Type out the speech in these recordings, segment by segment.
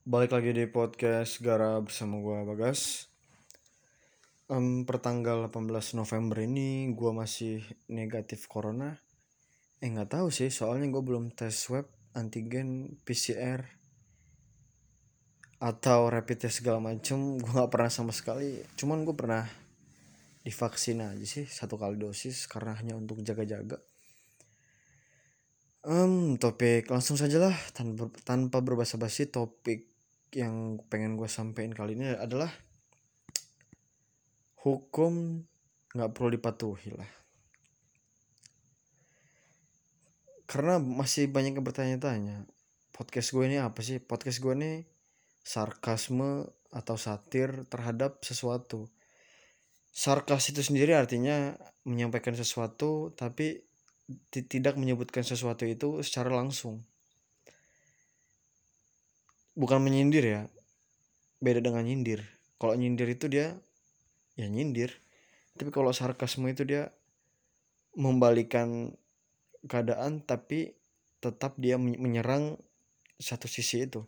Balik lagi di podcast Gara bersama gua Bagas. Pertanggal 18 November ini gua masih negatif corona. Nggak tahu sih, soalnya gua belum tes swab, antigen, PCR atau rapid test segala macem. Gua nggak pernah sama sekali. Cuman gua pernah divaksin aja sih 1 kali dosis karena hanya untuk jaga-jaga. Topik langsung saja lah tanpa berbasa-basi. Topik yang pengen gue sampaikan kali ini adalah hukum nggak perlu dipatuhi lah. Karena masih banyak yang bertanya-tanya, podcast gue ini apa sih? Podcast gue ini sarkasme atau satir terhadap sesuatu. Sarkas itu sendiri artinya menyampaikan sesuatu tapi tidak menyebutkan sesuatu itu secara langsung. Bukan menyindir ya, beda dengan nyindir. Kalau nyindir itu dia ya nyindir, tapi kalau sarkasme itu dia membalikan keadaan tapi tetap dia menyerang satu sisi itu.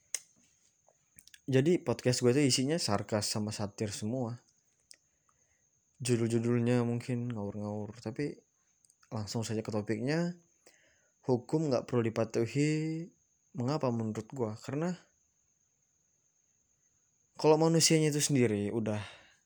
Jadi podcast gue tuh isinya sarkas sama satir semua. Judul-judulnya mungkin ngawur-ngawur, tapi langsung saja ke topiknya. Hukum gak perlu dipatuhi. Mengapa menurut gue? Karena kalau manusianya itu sendiri udah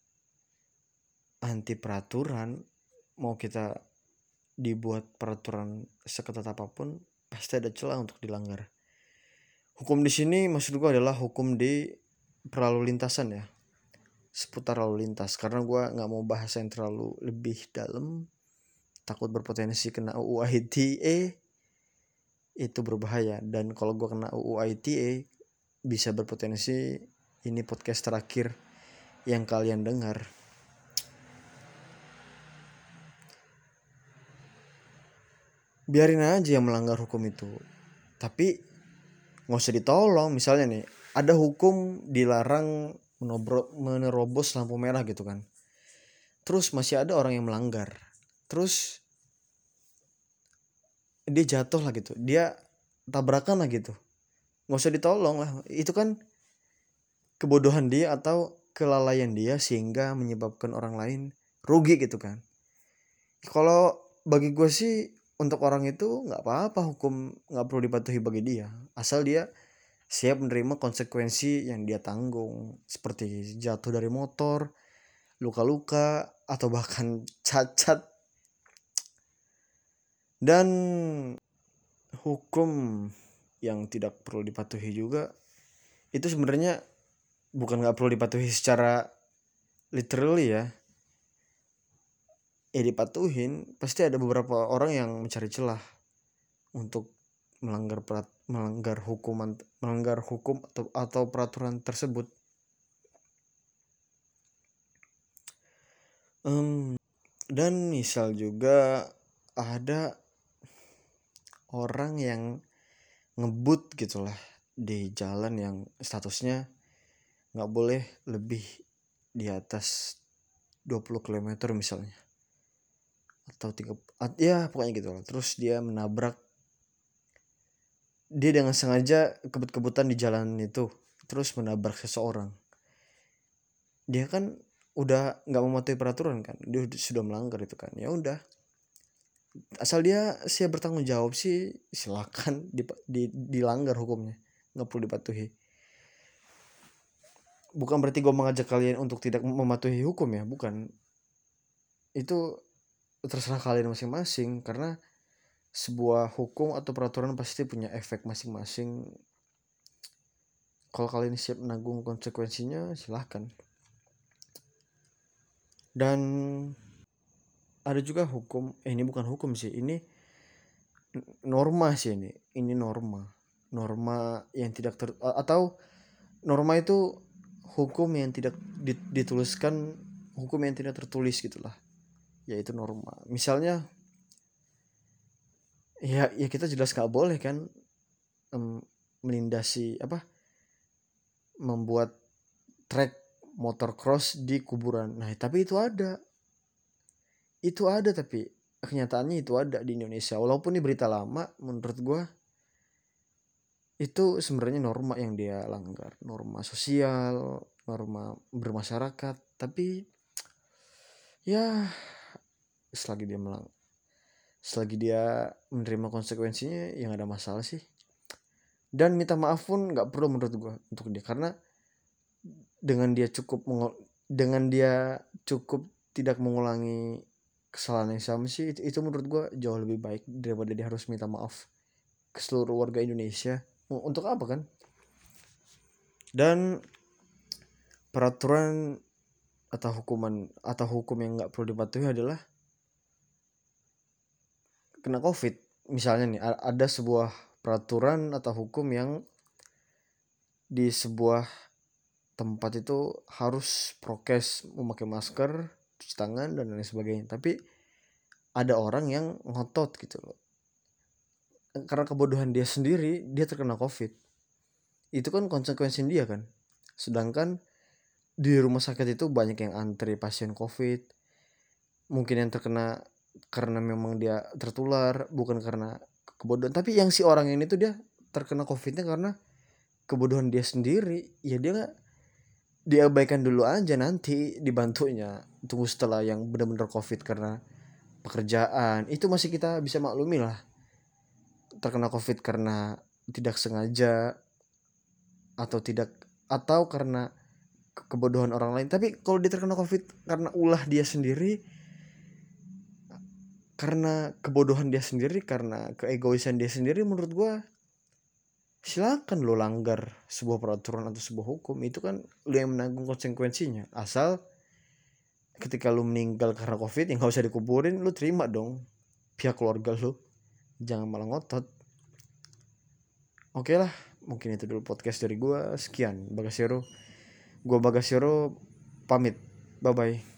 anti peraturan, mau kita dibuat peraturan seketat apapun pasti ada celah untuk dilanggar. Hukum di sini maksud gue adalah hukum di perlalu lintasan ya, seputar lalu lintas. Karena gue nggak mau bahas yang terlalu lebih dalam, takut berpotensi kena UU ITE, itu berbahaya. Dan kalau gue kena UU ITE bisa berpotensi ini podcast terakhir yang kalian dengar. Biarin aja yang melanggar hukum itu, tapi nggak usah ditolong. Misalnya nih, ada hukum dilarang menerobos lampu merah gitu kan, terus masih ada orang yang melanggar, terus dia jatuh lah gitu, dia tabrakan lah gitu, nggak usah ditolong lah. Itu kan kebodohan dia atau kelalaian dia sehingga menyebabkan orang lain rugi gitu kan. Kalau bagi gue sih untuk orang itu nggak apa-apa, hukum nggak perlu dipatuhi bagi dia asal dia siap menerima konsekuensi yang dia tanggung, seperti jatuh dari motor, luka-luka, atau bahkan cacat. Dan hukum yang tidak perlu dipatuhi juga itu sebenarnya bukan nggak perlu dipatuhi secara literally ya, dipatuhin. Pasti ada beberapa orang yang mencari celah untuk melanggar hukum atau peraturan tersebut. Dan misal juga ada orang yang ngebut gitulah di jalan yang statusnya nggak boleh lebih di atas 20 km misalnya, atau 3, ya pokoknya gitu lah. Terus dia menabrak, dia dengan sengaja kebut-kebutan di jalan itu terus menabrak seseorang. Dia kan udah nggak mematuhi peraturan kan, dia sudah melanggar itu kan. Ya udah, asal dia siap bertanggung jawab sih silakan dilanggar hukumnya, nggak perlu dipatuhi. Bukan berarti gue mengajak kalian untuk tidak mematuhi hukum ya, bukan. Itu terserah kalian masing-masing, karena sebuah hukum atau peraturan pasti punya efek masing-masing. Kalau kalian siap menanggung konsekuensinya silahkan. Dan ada juga hukum, ini bukan hukum sih, ini norma sih. Ini norma yang tidak atau norma itu hukum yang tidak dituliskan, hukum yang tidak tertulis gitulah, yaitu norma. Misalnya ya kita jelas nggak boleh kan melindasi membuat trek motor cross di kuburan. Nah tapi itu ada tapi kenyataannya itu ada di Indonesia. Walaupun ini berita lama, menurut gue itu sebenarnya norma yang dia langgar, norma sosial, norma bermasyarakat. Tapi ya selagi dia selagi dia menerima konsekuensinya ya gak ada masalah sih. Dan minta maaf pun nggak perlu menurut gue untuk dia, karena dengan dia cukup tidak mengulangi kesalahan yang sama sih, itu menurut gue jauh lebih baik daripada dia harus minta maaf ke seluruh warga Indonesia. Untuk apa kan? Dan peraturan atau hukum yang nggak perlu dipatuhi adalah kena COVID. Misalnya nih ada sebuah peraturan atau hukum yang di sebuah tempat itu harus prokes, memakai masker, cuci tangan dan lain sebagainya. Tapi ada orang yang ngotot gitu loh. Karena kebodohan dia sendiri, dia terkena COVID. Itu kan konsekuensi dia kan. Sedangkan di rumah sakit itu banyak yang antri pasien COVID. Mungkin yang terkena karena memang dia tertular, bukan karena kebodohan. Tapi yang si orang ini tuh dia terkena COVID-nya karena kebodohan dia sendiri. Ya dia nggak, diabaikan dulu aja, nanti dibantunya. Tunggu setelah yang benar-benar COVID karena pekerjaan, itu masih kita bisa maklumi lah. Terkena COVID karena tidak sengaja atau karena kebodohan orang lain. Tapi kalau dia terkena COVID karena ulah dia sendiri, karena kebodohan dia sendiri, karena keegoisan dia sendiri, menurut gue silakan lo langgar sebuah peraturan atau sebuah hukum. Itu kan lo yang menanggung konsekuensinya. Asal ketika lu meninggal karena COVID yang gak usah dikuburin, lu terima dong pihak keluarga lu, jangan malah ngotot. Oke lah, mungkin itu dulu podcast dari gue. Sekian Bagasero, gue Bagasero pamit, bye bye.